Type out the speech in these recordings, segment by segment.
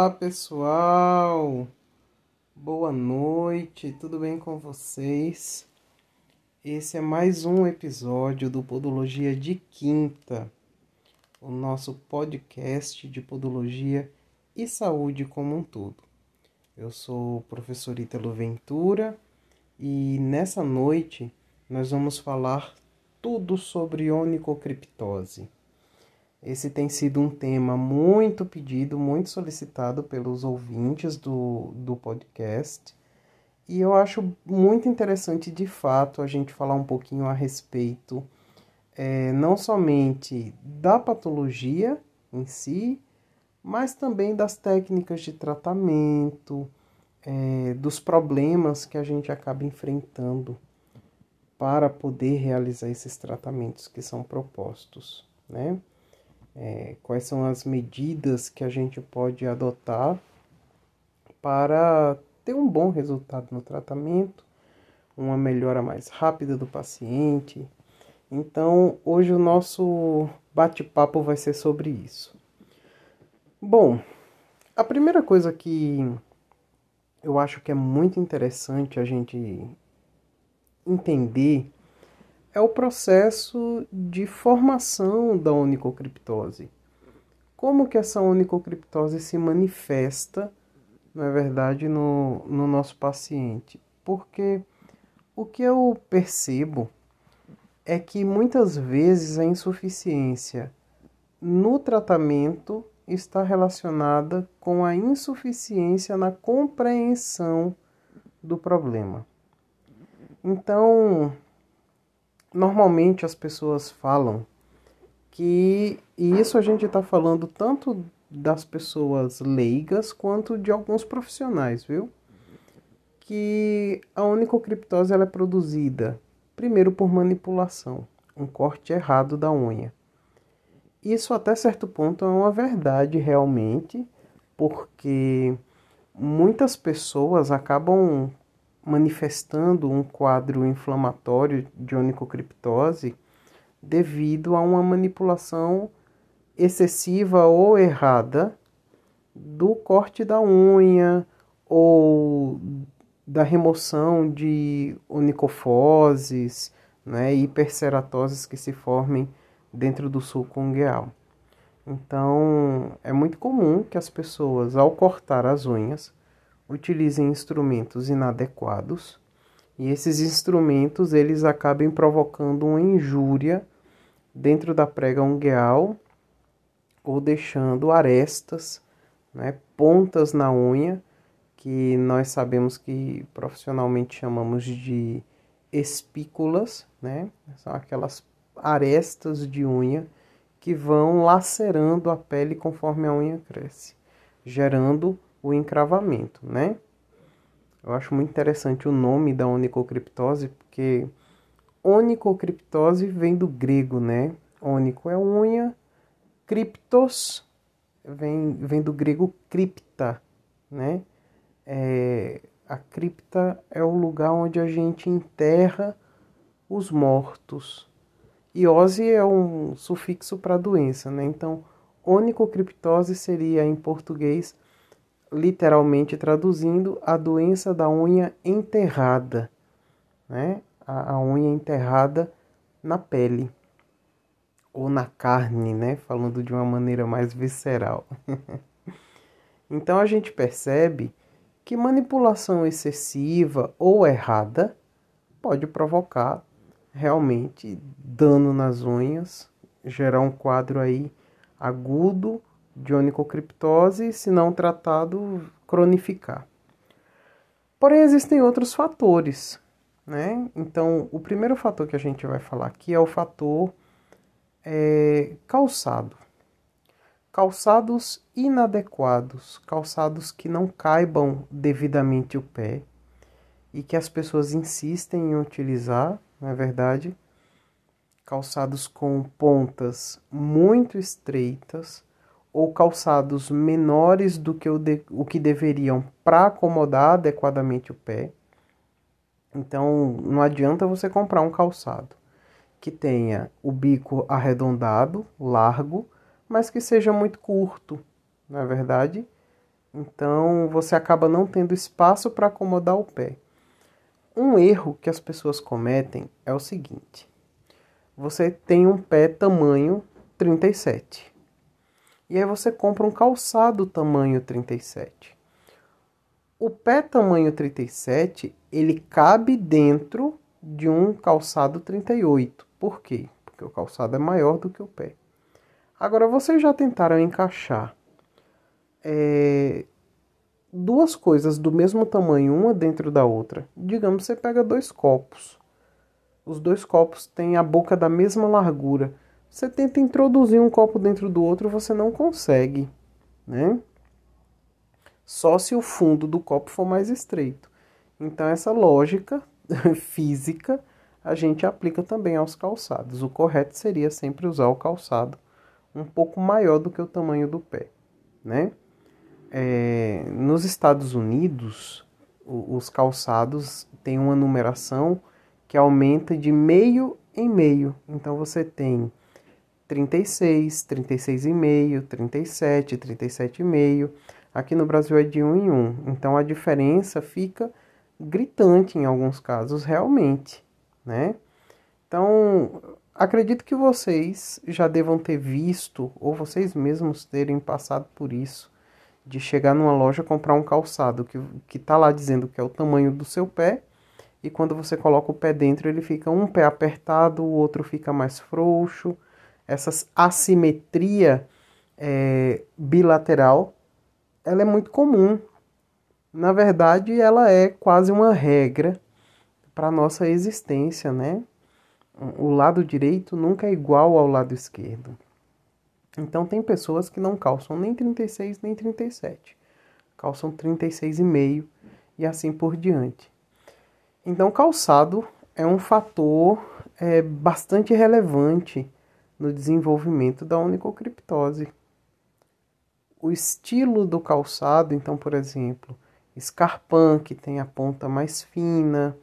Olá, pessoal. Boa noite. Tudo bem com vocês? Esse é mais um episódio do Podologia de Quinta, o nosso podcast de podologia e saúde como um todo. Eu sou o professor Ítalo Ventura e nessa noite nós vamos falar tudo sobre onicocriptose. Esse tem sido um tema muito pedido, muito solicitado pelos ouvintes do podcast. E eu acho muito interessante, de fato, a gente falar um pouquinho a respeito, não somente da patologia em si, mas também das técnicas de tratamento, dos problemas que a gente acaba enfrentando para poder realizar esses tratamentos que são propostos, né? Quais são as medidas que a gente pode adotar para ter um bom resultado no tratamento, uma melhora mais rápida do paciente. Então, hoje o nosso bate-papo vai ser sobre isso. Bom, a primeira coisa que eu acho que é muito interessante a gente entender é o processo de formação da onicocriptose. Como que essa onicocriptose se manifesta, na verdade, no nosso paciente? Porque o que eu percebo é que muitas vezes a insuficiência no tratamento está relacionada com a insuficiência na compreensão do problema. Então, normalmente as pessoas falam e isso a gente está falando tanto das pessoas leigas quanto de alguns profissionais, viu? Que a onicocriptose ela é produzida primeiro por manipulação, um corte errado da unha. Isso até certo ponto é uma verdade realmente, porque muitas pessoas acabam manifestando um quadro inflamatório de onicocriptose devido a uma manipulação excessiva ou errada do corte da unha ou da remoção de onicofoses, né, e hiperceratoses que se formem dentro do sulco ungueal. Então, é muito comum que as pessoas, ao cortar as unhas, utilizem instrumentos inadequados e esses instrumentos eles acabem provocando uma injúria dentro da prega ungueal ou deixando arestas, né, pontas na unha, que nós sabemos que profissionalmente chamamos de espículas, né? São aquelas arestas de unha que vão lacerando a pele conforme a unha cresce, gerando o encravamento, né? Eu acho muito interessante o nome da onicocriptose, porque onicocriptose vem do grego, né? Ônico é unha, criptos vem do grego cripta, né? A cripta é o lugar onde a gente enterra os mortos. E ose é um sufixo para doença, né? Então, onicocriptose seria, em português, literalmente traduzindo, a doença da unha enterrada, né? A unha enterrada na pele ou na carne, né? Falando de uma maneira mais visceral. Então a gente percebe que manipulação excessiva ou errada pode provocar realmente dano nas unhas, gerar um quadro aí agudo de onicocriptose e, se não tratado, cronificar. Porém, existem outros fatores, né? Então, o primeiro fator que a gente vai falar aqui é o fator calçado. Calçados inadequados, calçados que não caibam devidamente o pé e que as pessoas insistem em utilizar, não é verdade? Calçados com pontas muito estreitas ou calçados menores do que o que deveriam para acomodar adequadamente o pé. Então, não adianta você comprar um calçado que tenha o bico arredondado, largo, mas que seja muito curto, não é verdade? Então, você acaba não tendo espaço para acomodar o pé. Um erro que as pessoas cometem é o seguinte: você tem um pé tamanho 37. E aí você compra um calçado tamanho 37. O pé tamanho 37, ele cabe dentro de um calçado 38. Por quê? Porque o calçado é maior do que o pé. Agora, vocês já tentaram encaixar duas coisas do mesmo tamanho, uma dentro da outra? Digamos, você pega dois copos. Os dois copos têm a boca da mesma largura. Você tenta introduzir um copo dentro do outro, você não consegue, né? Só se o fundo do copo for mais estreito. Então, essa lógica física a gente aplica também aos calçados. O correto seria sempre usar o calçado um pouco maior do que o tamanho do pé, né? Nos Estados Unidos, os calçados têm uma numeração que aumenta de meio em meio. Então, você tem 36, 36,5, 37, 37,5. Aqui no Brasil é de 1 em 1. Então a diferença fica gritante em alguns casos, realmente, né? Então, acredito que vocês já devam ter visto, ou vocês mesmos terem passado por isso, de chegar numa loja e comprar um calçado que tá lá dizendo que é o tamanho do seu pé, e quando você coloca o pé dentro, ele fica um pé apertado, o outro fica mais frouxo. Essa assimetria bilateral, ela é muito comum. Na verdade, ela é quase uma regra para a nossa existência, né? O lado direito nunca é igual ao lado esquerdo. Então, tem pessoas que não calçam nem 36 nem 37. Calçam 36,5 e assim por diante. Então, calçado é um fator bastante relevante no desenvolvimento da onicocriptose. O estilo do calçado, então, por exemplo, Scarpin, que tem a ponta mais fina,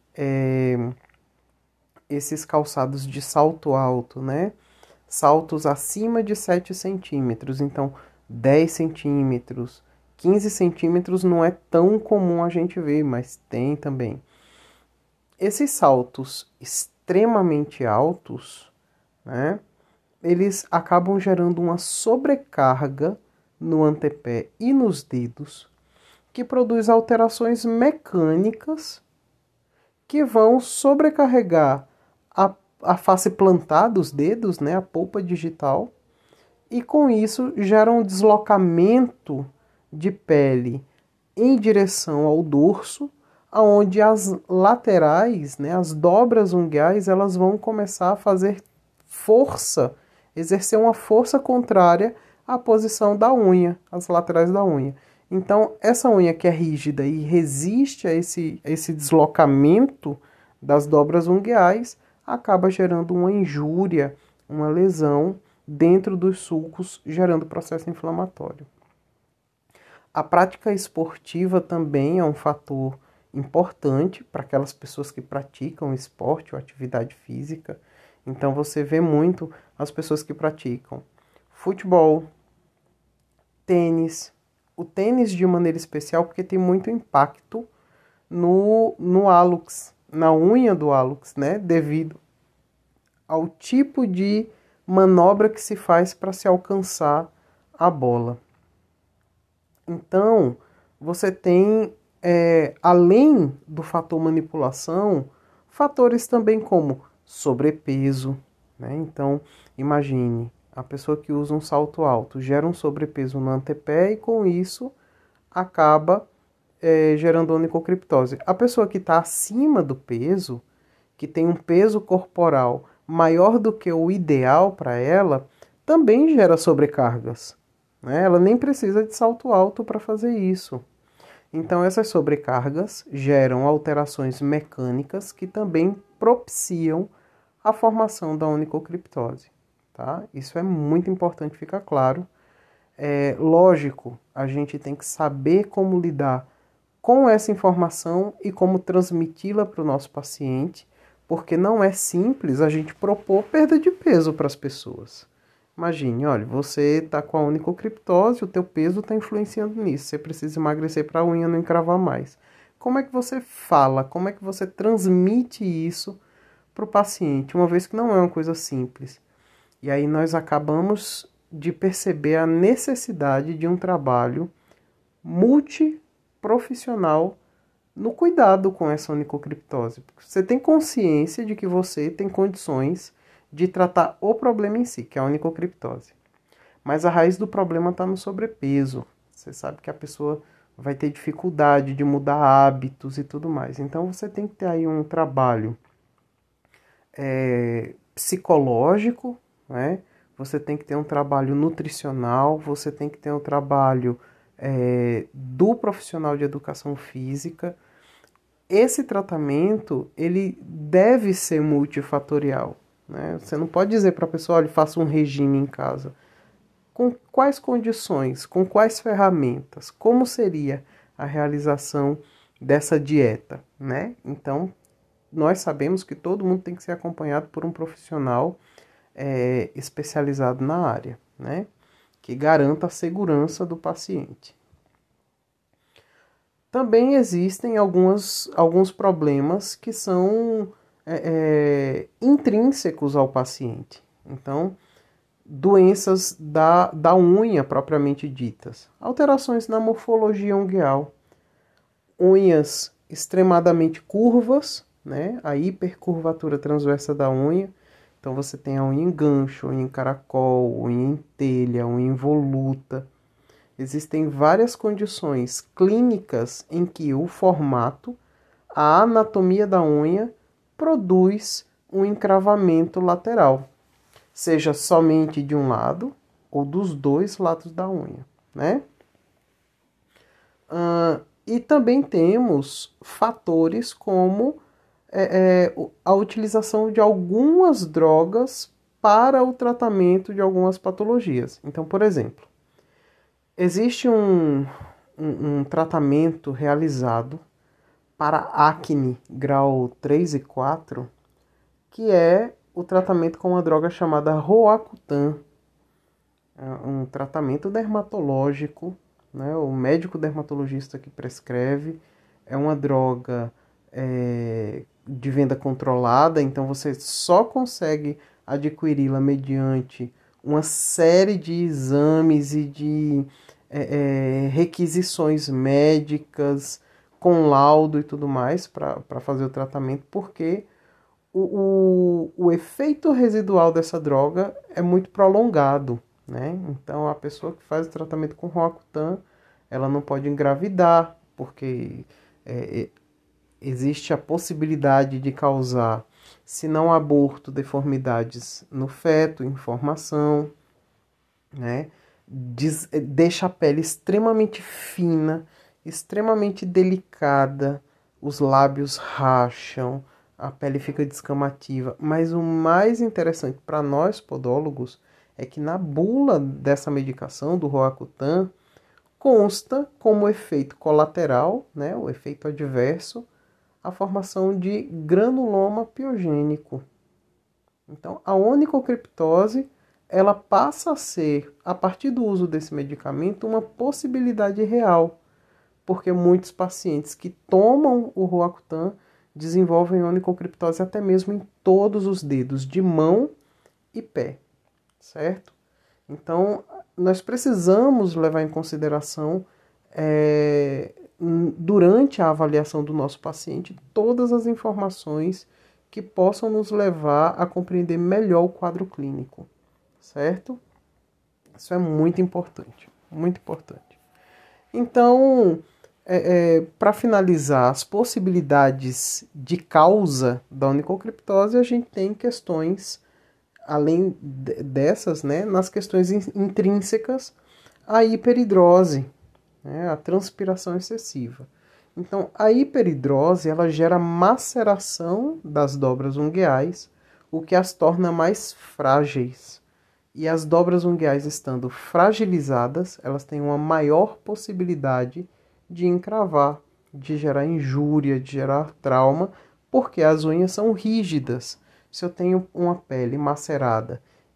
esses calçados de salto alto, né? Saltos acima de 7 centímetros, então 10 centímetros, 15 centímetros não é tão comum a gente ver, mas tem também. Esses saltos extremamente altos, né? Eles acabam gerando uma sobrecarga no antepé e nos dedos, que produz alterações mecânicas que vão sobrecarregar a face plantar dos dedos, né, a polpa digital, e com isso gera um deslocamento de pele em direção ao dorso, aonde as laterais, né, as dobras unguiais, elas vão começar a fazer força, exercer uma força contrária à posição da unha, as laterais da unha. Então, essa unha que é rígida e resiste a esse deslocamento das dobras unguiais, acaba gerando uma injúria, uma lesão dentro dos sulcos, gerando processo inflamatório. A prática esportiva também é um fator importante para aquelas pessoas que praticam esporte ou atividade física. Então você vê muito as pessoas que praticam futebol, tênis, o tênis de maneira especial porque tem muito impacto no hálux, na unha do hálux, né? Devido ao tipo de manobra que se faz para se alcançar a bola. Então, você tem, além do fator manipulação, fatores também como sobrepeso, né? Então, imagine, a pessoa que usa um salto alto gera um sobrepeso no antepé e com isso acaba gerando onicocriptose. A pessoa que está acima do peso, que tem um peso corporal maior do que o ideal para ela, também gera sobrecargas, né? Ela nem precisa de salto alto para fazer isso. Então, essas sobrecargas geram alterações mecânicas que também propiciam a formação da onicocriptose. Tá? Isso é muito importante ficar claro. Lógico, a gente tem que saber como lidar com essa informação e como transmiti-la para o nosso paciente, porque não é simples a gente propor perda de peso para as pessoas. Imagine, olha, você está com a onicocriptose, o teu peso está influenciando nisso. Você precisa emagrecer para a unha não encravar mais. Como é que você fala? Como é que você transmite isso para o paciente? Uma vez que não é uma coisa simples. E aí nós acabamos de perceber a necessidade de um trabalho multiprofissional no cuidado com essa onicocriptose. Porque você tem consciência de que você tem condições de tratar o problema em si, que é a onicocriptose. Mas a raiz do problema está no sobrepeso. Você sabe que a pessoa vai ter dificuldade de mudar hábitos e tudo mais. Então você tem que ter aí um trabalho psicológico, né? Você tem que ter um trabalho nutricional, você tem que ter um trabalho do profissional de educação física. Esse tratamento, ele deve ser multifatorial, né? Você não pode dizer para a pessoa, olha, faça um regime em casa. Com quais condições, com quais ferramentas, como seria a realização dessa dieta, né? Então, nós sabemos que todo mundo tem que ser acompanhado por um profissional especializado na área, né? Que garanta a segurança do paciente. Também existem alguns problemas que são intrínsecos ao paciente. Então, doenças da unha propriamente ditas, alterações na morfologia ungueal, unhas extremadamente curvas, né? A hipercurvatura transversa da unha. Então você tem a unha em gancho, unha em caracol, unha em telha, unha involuta. Existem várias condições clínicas em que o formato, a anatomia da unha, produz um encravamento lateral, seja somente de um lado ou dos dois lados da unha, né? E também temos fatores como a utilização de algumas drogas para o tratamento de algumas patologias. Então, por exemplo, existe um tratamento realizado para acne grau 3 e 4, que é o tratamento com uma droga chamada Roacutan. É um tratamento dermatológico, né? O médico dermatologista que prescreve. É uma droga de venda controlada, então você só consegue adquiri-la mediante uma série de exames e de requisições médicas, com laudo e tudo mais, para fazer o tratamento, porque o efeito residual dessa droga é muito prolongado, né? Então, a pessoa que faz o tratamento com Roacutan, ela não pode engravidar, porque existe a possibilidade de causar, se não aborto, deformidades no feto, em formação, né? Deixa a pele extremamente fina, extremamente delicada, os lábios racham, a pele fica descamativa. Mas o mais interessante para nós podólogos é que na bula dessa medicação, do Roacutan, consta como efeito colateral, né, o efeito adverso, a formação de granuloma piogênico. Então, a onicocriptose, ela passa a ser, a partir do uso desse medicamento, uma possibilidade real, porque muitos pacientes que tomam o Roacutan desenvolvem onicocriptose até mesmo em todos os dedos, de mão e pé, certo? Então, nós precisamos levar em consideração, durante a avaliação do nosso paciente, todas as informações que possam nos levar a compreender melhor o quadro clínico, certo? Isso é muito importante, muito importante. Então, para finalizar, as possibilidades de causa da onicocriptose, a gente tem questões, além dessas, né, nas questões intrínsecas, a hiperidrose, né, a transpiração excessiva. Então, a hiperidrose, ela gera maceração das dobras ungueais, o que as torna mais frágeis. E as dobras ungueais estando fragilizadas, elas têm uma maior possibilidade de encravar, de gerar injúria, de gerar trauma, porque as unhas são rígidas. Se eu tenho uma pele macerada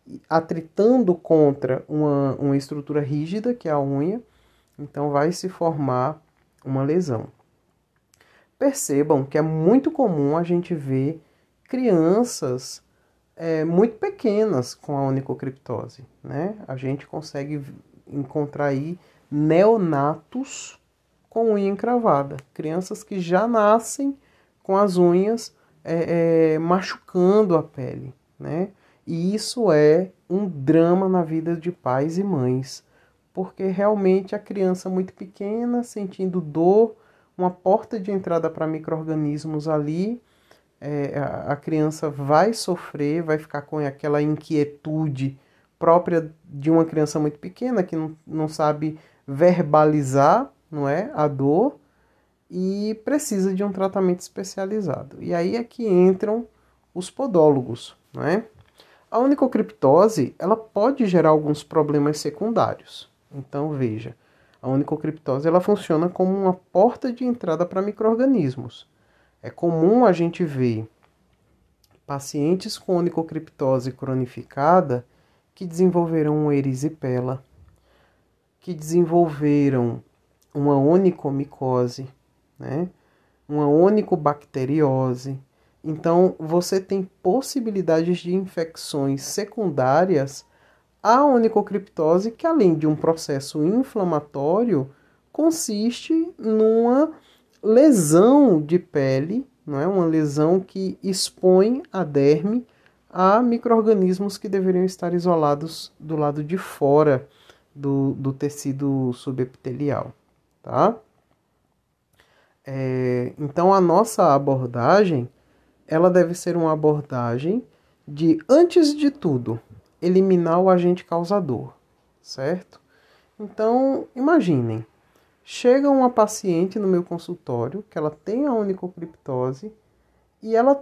atritando contra uma estrutura rígida, que é a unha, então vai se formar uma lesão. Percebam que é muito comum a gente ver crianças muito pequenas com a onicocriptose, né? A gente consegue encontrar aí neonatos com unha encravada, crianças que já nascem com as unhas machucando a pele, né? E isso é um drama na vida de pais e mães, porque realmente a criança muito pequena, sentindo dor, uma porta de entrada para micro-organismos ali, a criança vai sofrer, vai ficar com aquela inquietude própria de uma criança muito pequena que não sabe verbalizar, não é, a dor, e precisa de um tratamento especializado. E aí é que entram os podólogos, não é? A onicocriptose, ela pode gerar alguns problemas secundários. Então, veja, a onicocriptose ela funciona como uma porta de entrada para micro-organismos. É comum a gente ver pacientes com onicocriptose cronificada que desenvolveram uma erisipela, que desenvolveram uma onicomicose, né? Uma onicobacteriose. Então, você tem possibilidades de infecções secundárias à onicocriptose, que além de um processo inflamatório, consiste numa lesão de pele, não é? Uma lesão que expõe a derme a micro-organismos que deveriam estar isolados do lado de fora do tecido subepitelial, tá? Então, a nossa abordagem, ela deve ser uma abordagem de, antes de tudo, eliminar o agente causador, certo? Então, imaginem, chega uma paciente no meu consultório que ela tem a onicocriptose e ela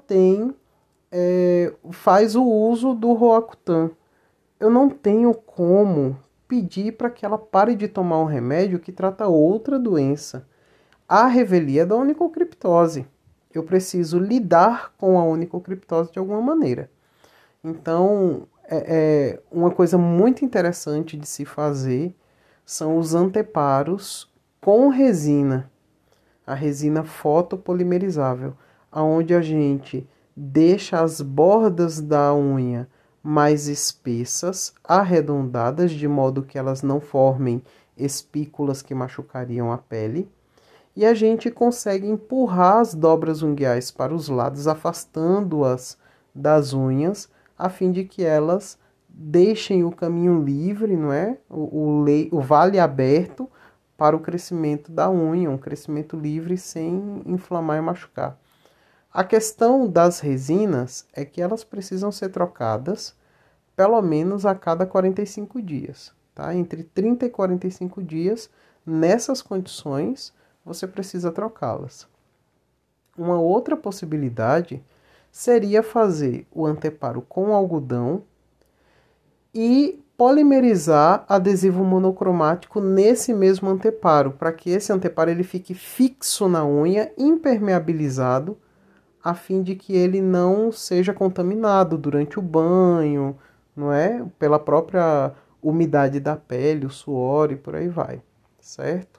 faz o uso do Roacutan. Eu não tenho como pedir para que ela pare de tomar um remédio que trata outra doença. A revelia da onicocriptose. Eu preciso lidar com a onicocriptose de alguma maneira. Então, uma coisa muito interessante de se fazer são os anteparos com resina, a resina fotopolimerizável, aonde a gente deixa as bordas da unha mais espessas, arredondadas, de modo que elas não formem espículas que machucariam a pele, e a gente consegue empurrar as dobras unguiais para os lados, afastando-as das unhas, a fim de que elas deixem o caminho livre, não é? O vale aberto para o crescimento da unha, um crescimento livre sem inflamar e machucar. A questão das resinas é que elas precisam ser trocadas pelo menos a cada 45 dias, tá? Entre 30 e 45 dias, nessas condições, você precisa trocá-las. Uma outra possibilidade seria fazer o anteparo com algodão e polimerizar adesivo monocromático nesse mesmo anteparo, para que esse anteparo ele fique fixo na unha, impermeabilizado, a fim de que ele não seja contaminado durante o banho, não é? Pela própria umidade da pele, o suor e por aí vai, certo?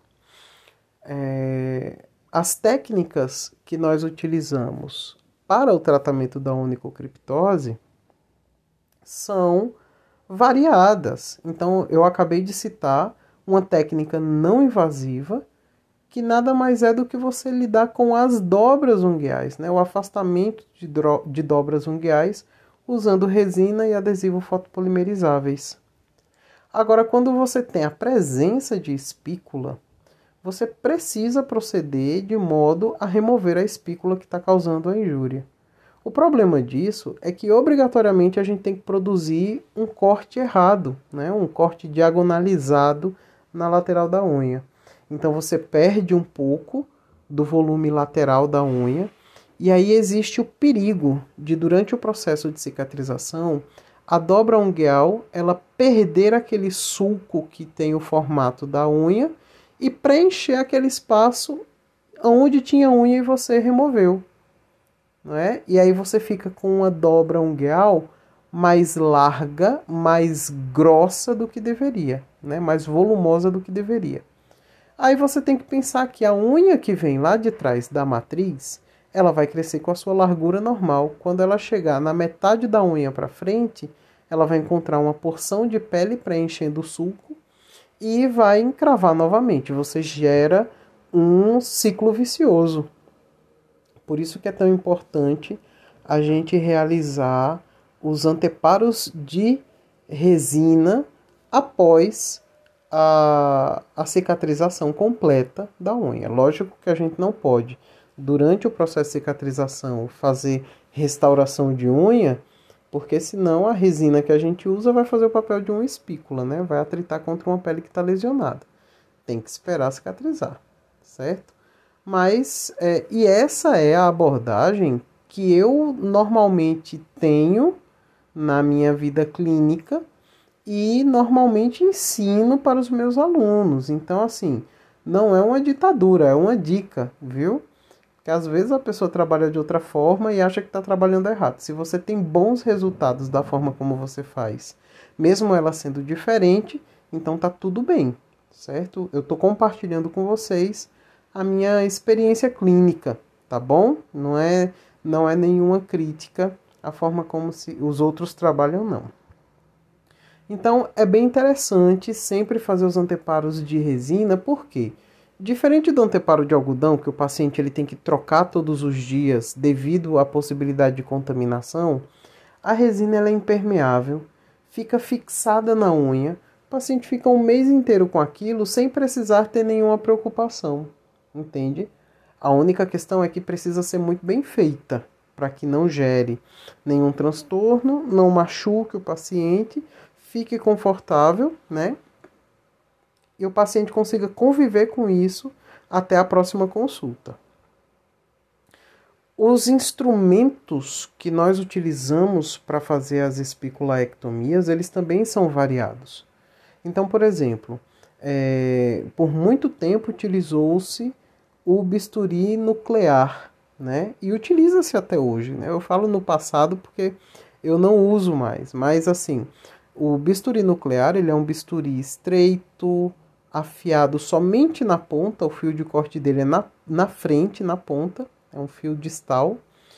As técnicas que nós utilizamos para o tratamento da onicocriptose são variadas. Então, eu acabei de citar uma técnica não invasiva, que nada mais é do que você lidar com as dobras unguiais, né? O afastamento de dobras unguiais usando resina e adesivo fotopolimerizáveis. Agora, quando você tem a presença de espícula, você precisa proceder de modo a remover a espícula que está causando a injúria. O problema disso é que obrigatoriamente a gente tem que produzir um corte errado, né? Um corte diagonalizado na lateral da unha. Então você perde um pouco do volume lateral da unha, e aí existe o perigo de, durante o processo de cicatrização, a dobra ungueal ela perder aquele sulco que tem o formato da unha e preencher aquele espaço onde tinha unha e você removeu, não é? E aí você fica com uma dobra ungueal mais larga, mais grossa do que deveria, né? Mais volumosa do que deveria. Aí você tem que pensar que a unha que vem lá de trás da matriz, ela vai crescer com a sua largura normal. Quando ela chegar na metade da unha para frente, ela vai encontrar uma porção de pele preenchendo o sulco e vai encravar novamente. Você gera um ciclo vicioso. Por isso que é tão importante a gente realizar os anteparos de resina após a cicatrização completa da unha. Lógico que a gente não pode, durante o processo de cicatrização, fazer restauração de unha, porque senão a resina que a gente usa vai fazer o papel de uma espícula, né? Vai atritar contra uma pele que está lesionada. Tem que esperar cicatrizar, certo? Mas, e essa é a abordagem que eu normalmente tenho na minha vida clínica e normalmente ensino para os meus alunos. Então, assim, não é uma ditadura, é uma dica, viu? Que às vezes a pessoa trabalha de outra forma e acha que está trabalhando errado. Se você tem bons resultados da forma como você faz, mesmo ela sendo diferente, então tá tudo bem, certo? Eu estou compartilhando com vocês a minha experiência clínica, tá bom? Não é nenhuma crítica à forma como os outros trabalham, não. Então é bem interessante sempre fazer os anteparos de resina, por quê? Diferente do anteparo de algodão, que o paciente ele tem que trocar todos os dias devido à possibilidade de contaminação, a resina ela é impermeável, fica fixada na unha, o paciente fica um mês inteiro com aquilo sem precisar ter nenhuma preocupação, entende? A única questão é que precisa ser muito bem feita, para que não gere nenhum transtorno, não machuque o paciente, fique confortável, né? E o paciente consiga conviver com isso até a próxima consulta. Os instrumentos que nós utilizamos para fazer as espiculoectomias, eles também são variados. Então, por exemplo, por muito tempo utilizou-se o bisturi nuclear, né? E utiliza-se até hoje, né? Eu falo no passado porque eu não uso mais, mas assim, o bisturi nuclear ele é um bisturi estreito, afiado somente na ponta, o fio de corte dele é na frente, na ponta, é um fio distal,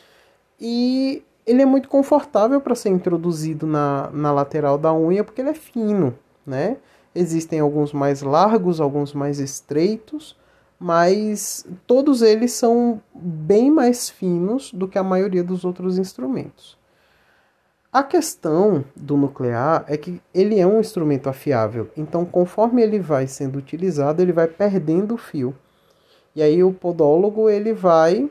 e ele é muito confortável para ser introduzido na lateral da unha, porque ele é fino, né? Existem alguns mais largos, alguns mais estreitos, mas todos eles são bem mais finos do que a maioria dos outros instrumentos. A questão do nuclear é que ele é um instrumento afiável, então conforme ele vai sendo utilizado, ele vai perdendo o fio. E aí o podólogo ele vai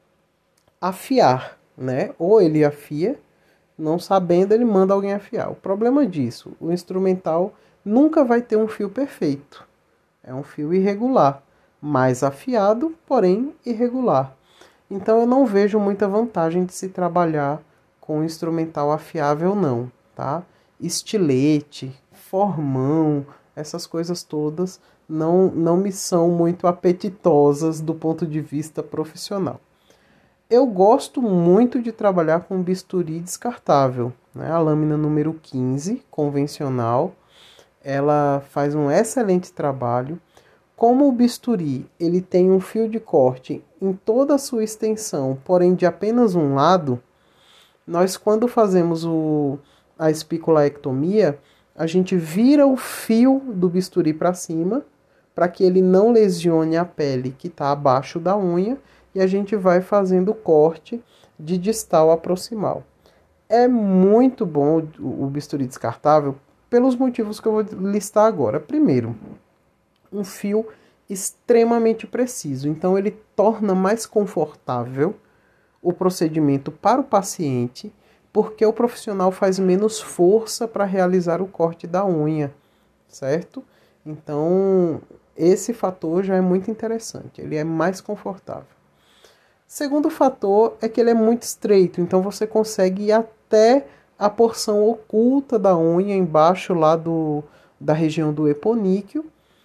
afiar, né? Ou ele afia, não sabendo, ele manda alguém afiar. O problema disso, o instrumental nunca vai ter um fio perfeito. É um fio irregular, mais afiado, porém irregular. Então eu não vejo muita vantagem de se trabalhar com instrumental afiável não, tá? Estilete, formão, essas coisas todas não me são muito apetitosas do ponto de vista profissional. Eu gosto muito de trabalhar com bisturi descartável, né? A lâmina número 15, convencional, ela faz um excelente trabalho. Como o bisturi ele tem um fio de corte em toda a sua extensão, porém de apenas um lado, nós quando fazemos a espiculoectomia, a gente vira o fio do bisturi para cima, para que ele não lesione a pele que está abaixo da unha, e a gente vai fazendo o corte de distal a proximal. É muito bom o bisturi descartável pelos motivos que eu vou listar agora. Primeiro, um fio extremamente preciso, então ele torna mais confortável o procedimento para o paciente, porque o profissional faz menos força para realizar o corte da unha, certo? Então, esse fator já é muito interessante, ele é mais confortável. Segundo fator é que ele é muito estreito, então você consegue ir até a porção oculta da unha, embaixo lá da região do eponíqueo,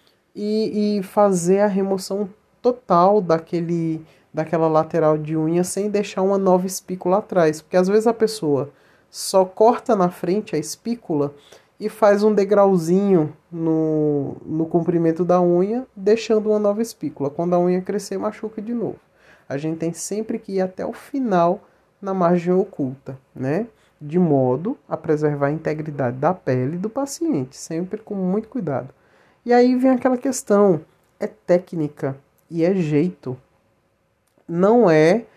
e fazer a remoção total daquela lateral de unha sem deixar uma nova espícula atrás. Porque às vezes a pessoa só corta na frente a espícula e faz um degrauzinho no comprimento da unha, deixando uma nova espícula. Quando a unha crescer, machuca de novo. A gente tem sempre que ir até o final na margem oculta, né? De modo a preservar a integridade da pele do paciente, sempre com muito cuidado. E aí vem aquela questão, é técnica e é jeito. Não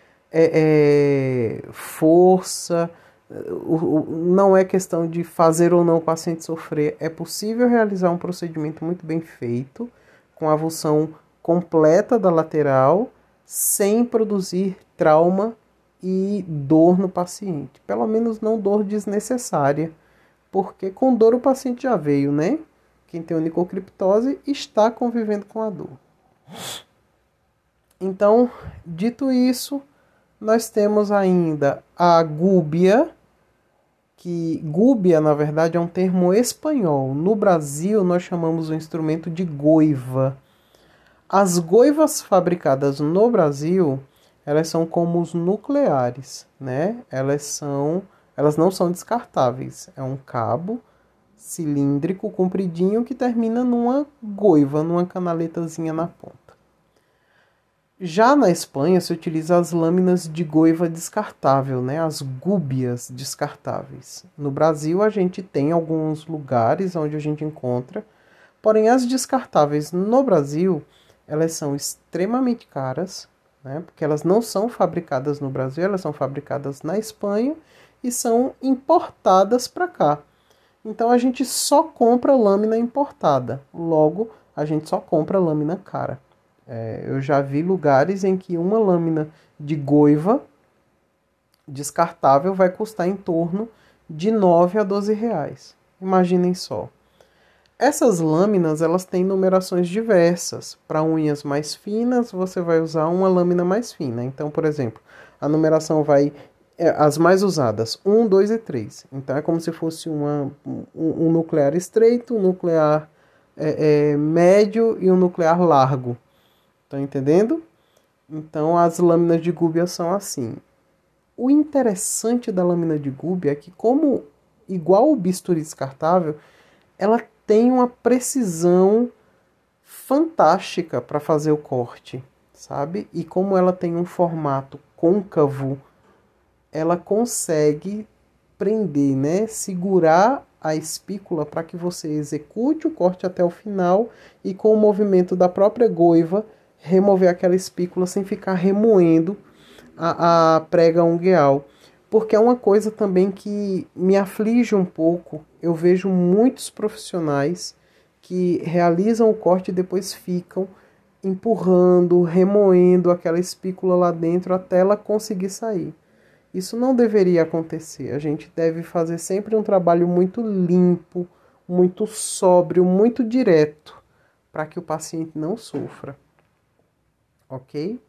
é força, não é questão de fazer ou não o paciente sofrer. É possível realizar um procedimento muito bem feito, com a avulsão completa da lateral, sem produzir trauma e dor no paciente. Pelo menos não dor desnecessária, porque com dor o paciente já veio, né? Quem tem onicocriptose está convivendo com a dor. Então, dito isso, nós temos ainda a gúbia, que gúbia, na verdade, é um termo espanhol. No Brasil, nós chamamos o instrumento de goiva. As goivas fabricadas no Brasil, elas são como os nucleares, né? Elas não são descartáveis. É um cabo cilíndrico compridinho que termina numa goiva, numa canaletazinha na ponta. Já na Espanha se utiliza as lâminas de goiva descartável, né? As gúbias descartáveis. No Brasil a gente tem alguns lugares onde a gente encontra, porém as descartáveis no Brasil elas são extremamente caras, né? Porque elas não são fabricadas no Brasil, elas são fabricadas na Espanha e são importadas para cá. Então a gente só compra lâmina importada, logo a gente só compra lâmina cara. Eu já vi lugares em que uma lâmina de goiva descartável vai custar em torno de 9 a 12 reais. Imaginem só. Essas lâminas elas têm numerações diversas. Para unhas mais finas, você vai usar uma lâmina mais fina. Então, por exemplo, a numeração vai... as mais usadas, 1, 2 e 3. Então, é como se fosse um nuclear estreito, um nuclear médio e um nuclear largo. Estão entendendo? Então, as lâminas de gúbia são assim. O interessante da lâmina de gúbia é que, como igual o bisturi descartável, ela tem uma precisão fantástica para fazer o corte, sabe? E como ela tem um formato côncavo, ela consegue prender, né? Segurar a espícula para que você execute o corte até o final e com o movimento da própria goiva remover aquela espícula sem ficar remoendo a prega ungueal. Porque é uma coisa também que me aflige um pouco. Eu vejo muitos profissionais que realizam o corte e depois ficam empurrando, remoendo aquela espícula lá dentro até ela conseguir sair. Isso não deveria acontecer. A gente deve fazer sempre um trabalho muito limpo, muito sóbrio, muito direto, para que o paciente não sofra. Ok?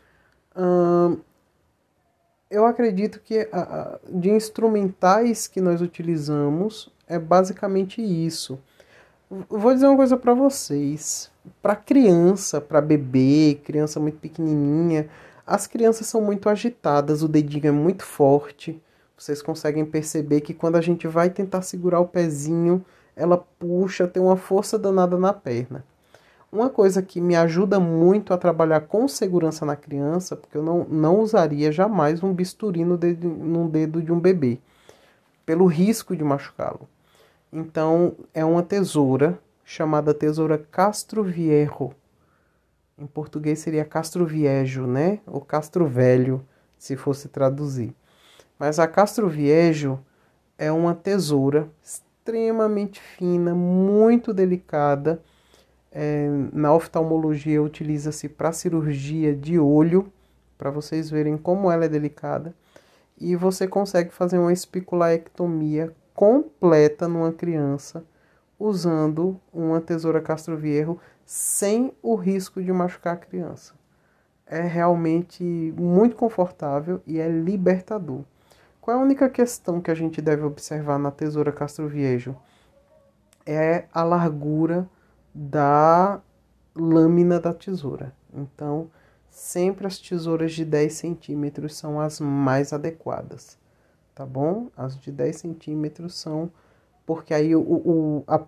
Eu acredito que de instrumentais que nós utilizamos é basicamente isso. Vou dizer uma coisa para vocês. Para criança, para bebê, criança muito pequenininha, as crianças são muito agitadas, o dedinho é muito forte. Vocês conseguem perceber que quando a gente vai tentar segurar o pezinho, ela puxa, tem uma força danada na perna. Uma coisa que me ajuda muito a trabalhar com segurança na criança, porque eu não usaria jamais um bisturi no dedo de um bebê, pelo risco de machucá-lo. Então, é uma tesoura chamada tesoura Castroviejo. Em português seria Castroviejo, né? Ou Castrovelho, se fosse traduzir. Mas a Castroviejo é uma tesoura extremamente fina, muito delicada. Na oftalmologia utiliza-se para cirurgia de olho, para vocês verem como ela é delicada. E você consegue fazer uma espiculoectomia completa numa criança usando uma tesoura Castroviejo sem o risco de machucar a criança. É realmente muito confortável e é libertador. Qual é a única questão que a gente deve observar na tesoura Castroviejo? É a largura da lâmina da tesoura. Então, sempre as tesouras de 10 centímetros são as mais adequadas, tá bom? As de 10 centímetros são porque aí a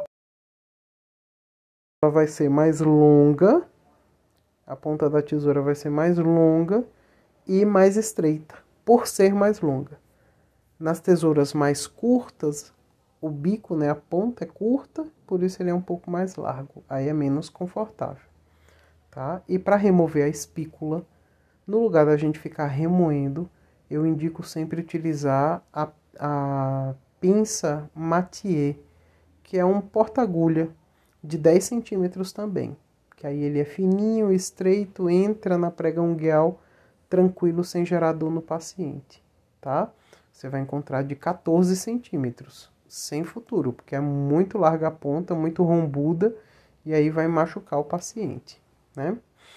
ponta vai ser mais longa, a ponta da tesoura vai ser mais longa e mais estreita, por ser mais longa. Nas tesouras mais curtas, o bico, né, a ponta é curta, por isso ele é um pouco mais largo, aí é menos confortável, tá? E para remover a espícula, no lugar da gente ficar remoendo, eu indico sempre utilizar a pinça Mathieu, que é um porta-agulha de 10 centímetros também. Que aí ele é fininho, estreito, entra na prega ungueal tranquilo, sem gerar dor no paciente, tá? Você vai encontrar de 14 centímetros, sem futuro, porque é muito larga a ponta, muito rombuda, e aí vai machucar o paciente, né?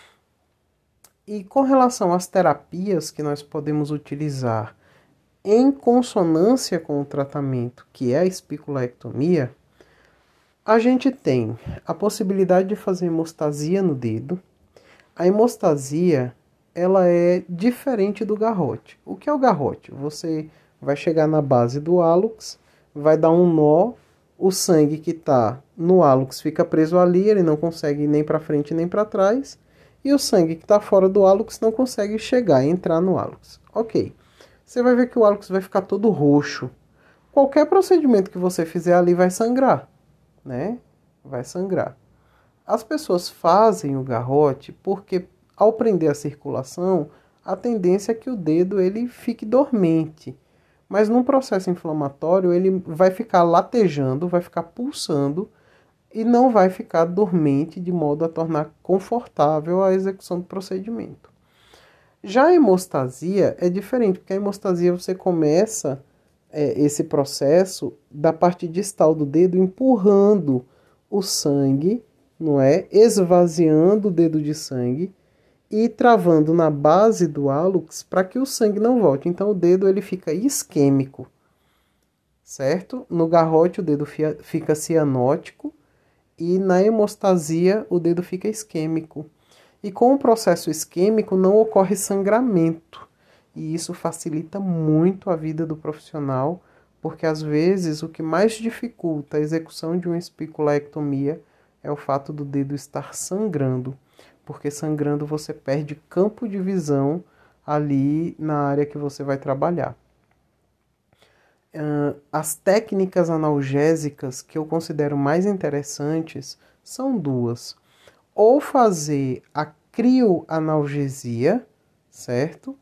E com relação às terapias que nós podemos utilizar em consonância com o tratamento, que é a espiculectomia, a gente tem a possibilidade de fazer hemostasia no dedo. A hemostasia, ela é diferente do garrote. O que é o garrote? Você vai chegar na base do hálux, vai dar um nó, o sangue que está no hálux fica preso ali, ele não consegue ir nem para frente nem para trás, e o sangue que está fora do hálux não consegue chegar e entrar no hálux. Ok. Você vai ver que o hálux vai ficar todo roxo. Qualquer procedimento que você fizer ali vai sangrar, né? Vai sangrar. As pessoas fazem o garrote porque ao prender a circulação, a tendência é que o dedo ele fique dormente. Mas num processo inflamatório, ele vai ficar latejando, vai ficar pulsando e não vai ficar dormente de modo a tornar confortável a execução do procedimento. Já a hemostasia é diferente, porque a hemostasia você começa esse processo da parte distal do dedo empurrando o sangue, não é? Esvaziando o dedo de sangue e travando na base do hálux para que o sangue não volte. Então o dedo ele fica isquêmico, certo? No garrote o dedo fica cianótico e na hemostasia o dedo fica isquêmico. E com o processo isquêmico não ocorre sangramento. E isso facilita muito a vida do profissional, porque às vezes o que mais dificulta a execução de uma espiculectomia é o fato do dedo estar sangrando, porque sangrando você perde campo de visão ali na área que você vai trabalhar. As técnicas analgésicas que eu considero mais interessantes são duas. Ou fazer a crioanalgesia, certo?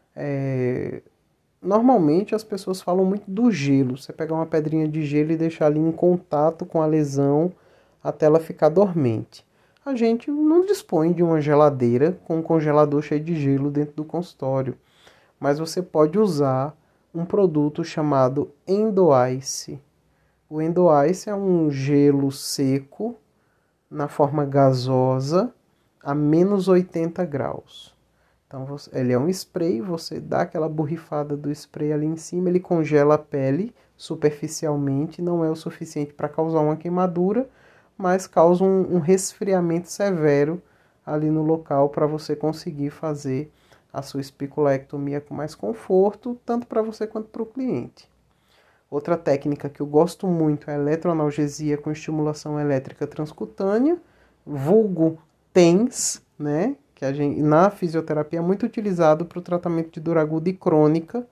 Normalmente as pessoas falam muito do gelo. Você pegar uma pedrinha de gelo e deixar ali em contato com a lesão até ela ficar dormente. A gente não dispõe de uma geladeira com um congelador cheio de gelo dentro do consultório. Mas você pode usar um produto chamado Endoice. O Endoice é um gelo seco na forma gasosa a menos 80 graus. Então ele é um spray, você dá aquela borrifada do spray ali em cima, ele congela a pele superficialmente, não é o suficiente para causar uma queimadura, mas causa um resfriamento severo ali no local para você conseguir fazer a sua espiculectomia com mais conforto, tanto para você quanto para o cliente. Outra técnica que eu gosto muito é a eletroanalgesia com estimulação elétrica transcutânea, vulgo TENS, né? Que a gente, na fisioterapia é muito utilizado para o tratamento de dor aguda e crônica.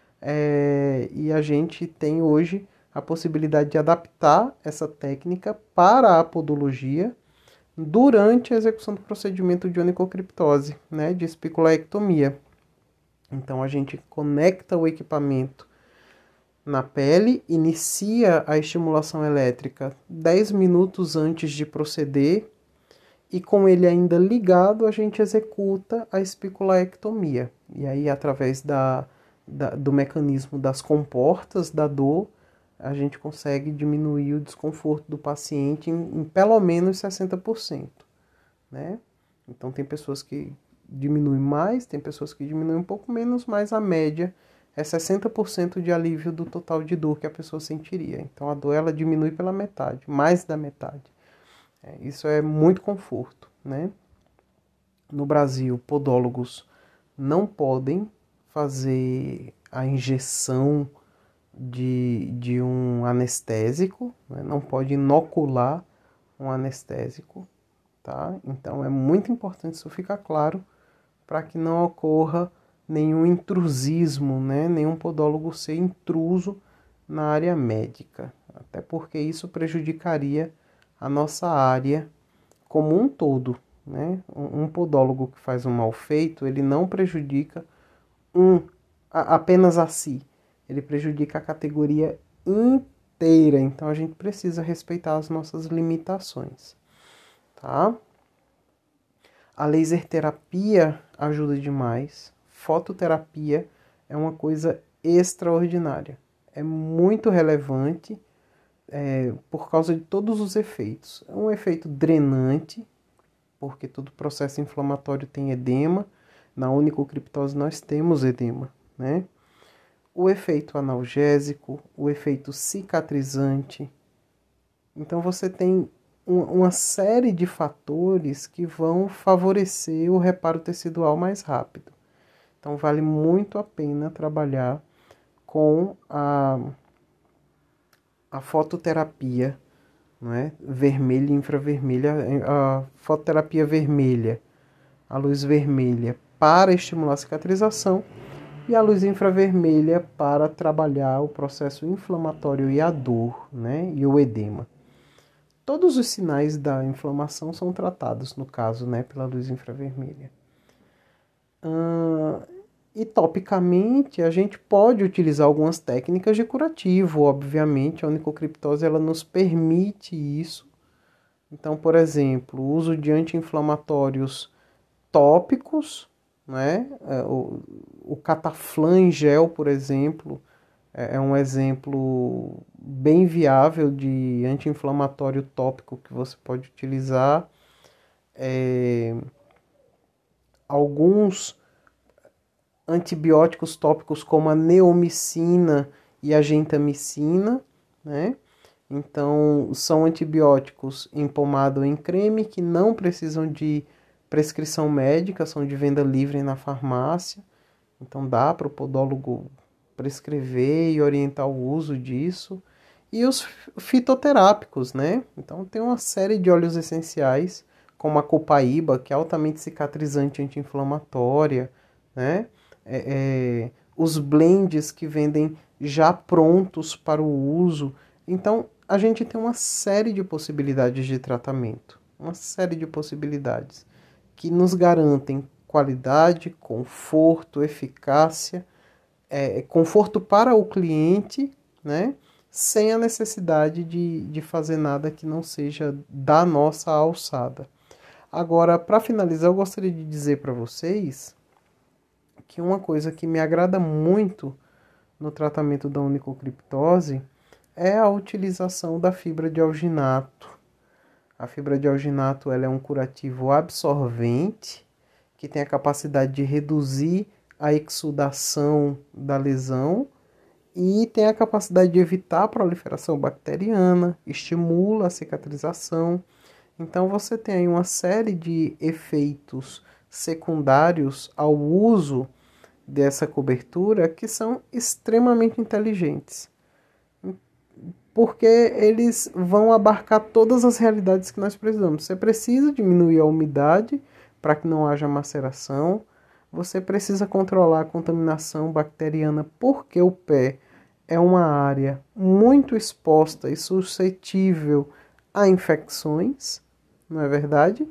E a gente tem hoje a possibilidade de adaptar essa técnica para a podologia durante a execução do procedimento de onicocriptose, né? De espiculectomia. Então a gente conecta o equipamento na pele, inicia a estimulação elétrica 10 minutos antes de proceder e com ele ainda ligado a gente executa a espiculectomia. E aí através do mecanismo das comportas da dor, a gente consegue diminuir o desconforto do paciente em pelo menos 60%, né? Então tem pessoas que diminuem mais, tem pessoas que diminuem um pouco menos, mas a média é 60% de alívio do total de dor que a pessoa sentiria. Então a dor ela diminui pela metade, mais da metade. Isso é muito conforto, né? No Brasil, podólogos não podem fazer a injeção de um anestésico, né? Não pode inocular um anestésico, tá? Então é muito importante isso ficar claro para que não ocorra nenhum intrusismo, né? Nenhum podólogo ser intruso na área médica, até porque isso prejudicaria a nossa área como um todo, né? Um podólogo que faz um mal feito, ele não prejudica apenas a si, ele prejudica a categoria inteira, então a gente precisa respeitar as nossas limitações, tá? A laser terapia ajuda demais. Fototerapia é uma coisa extraordinária. É muito relevante por causa de todos os efeitos. É um efeito drenante, porque todo processo inflamatório tem edema. Na onicocriptose nós temos edema, né? O efeito analgésico, o efeito cicatrizante. Então você tem uma série de fatores que vão favorecer o reparo tecidual mais rápido. Então vale muito a pena trabalhar com a fototerapia, não é? Vermelha e infravermelha, a fototerapia vermelha, a luz vermelha para estimular a cicatrização e a luz infravermelha para trabalhar o processo inflamatório e a dor, né? E o edema. Todos os sinais da inflamação são tratados, no caso, né, pela luz infravermelha. E topicamente, a gente pode utilizar algumas técnicas de curativo, obviamente, a onicocriptose ela nos permite isso. Então, por exemplo, o uso de anti-inflamatórios tópicos, né? O Cataflan gel, por exemplo, é um exemplo bem viável de anti-inflamatório tópico que você pode utilizar. Alguns antibióticos tópicos como a neomicina e a gentamicina, né? Então, são antibióticos em pomada ou em creme que não precisam de prescrição médica, são de venda livre na farmácia. Então, dá para o podólogo prescrever e orientar o uso disso. E os fitoterápicos, né? Então, tem uma série de óleos essenciais, como a copaíba, que é altamente cicatrizante e anti-inflamatória, né? Os blends que vendem já prontos para o uso. Então, a gente tem uma série de possibilidades de tratamento, uma série de possibilidades que nos garantem qualidade, conforto, eficácia, conforto para o cliente, né? Sem a necessidade de fazer nada que não seja da nossa alçada. Agora, para finalizar, eu gostaria de dizer para vocês que uma coisa que me agrada muito no tratamento da onicocriptose é a utilização da fibra de alginato. A fibra de alginato ela é um curativo absorvente que tem a capacidade de reduzir a exudação da lesão e tem a capacidade de evitar a proliferação bacteriana, estimula a cicatrização. Então você tem aí uma série de efeitos secundários ao uso dessa cobertura que são extremamente inteligentes, porque eles vão abarcar todas as realidades que nós precisamos. Você precisa diminuir a umidade para que não haja maceração, você precisa controlar a contaminação bacteriana, porque o pé é uma área muito exposta e suscetível a infecções, não é verdade?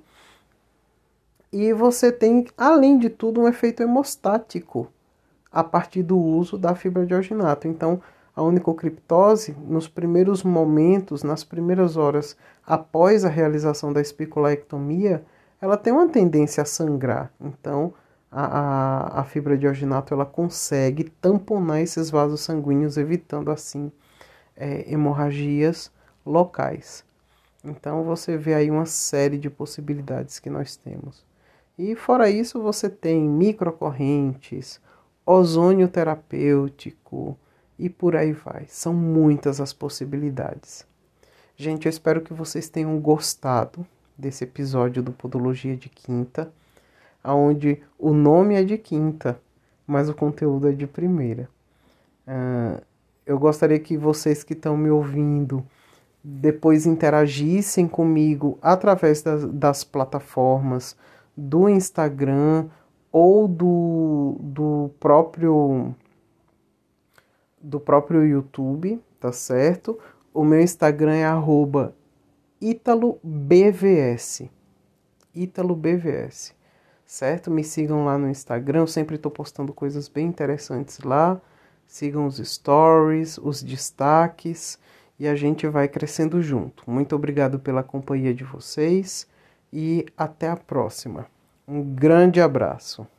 E você tem, além de tudo, um efeito hemostático a partir do uso da fibra de alginato. Então, a onicocriptose, nos primeiros momentos, nas primeiras horas após a realização da espiculoectomia, ela tem uma tendência a sangrar. Então, a fibra de alginato ela consegue tamponar esses vasos sanguíneos, evitando assim hemorragias locais. Então, você vê aí uma série de possibilidades que nós temos. E fora isso, você tem microcorrentes, ozônio terapêutico e por aí vai. São muitas as possibilidades. Gente, eu espero que vocês tenham gostado desse episódio do Podologia de Quinta, onde o nome é de quinta, mas o conteúdo é de primeira. Eu gostaria que vocês que estão me ouvindo depois interagissem comigo através das plataformas do Instagram ou do próprio YouTube, tá certo? O meu Instagram é @ItaloBVS. ItaloBVS, certo? Me sigam lá no Instagram, eu sempre estou postando coisas bem interessantes lá. Sigam os stories, os destaques e a gente vai crescendo junto. Muito obrigado pela companhia de vocês e até a próxima. Um grande abraço.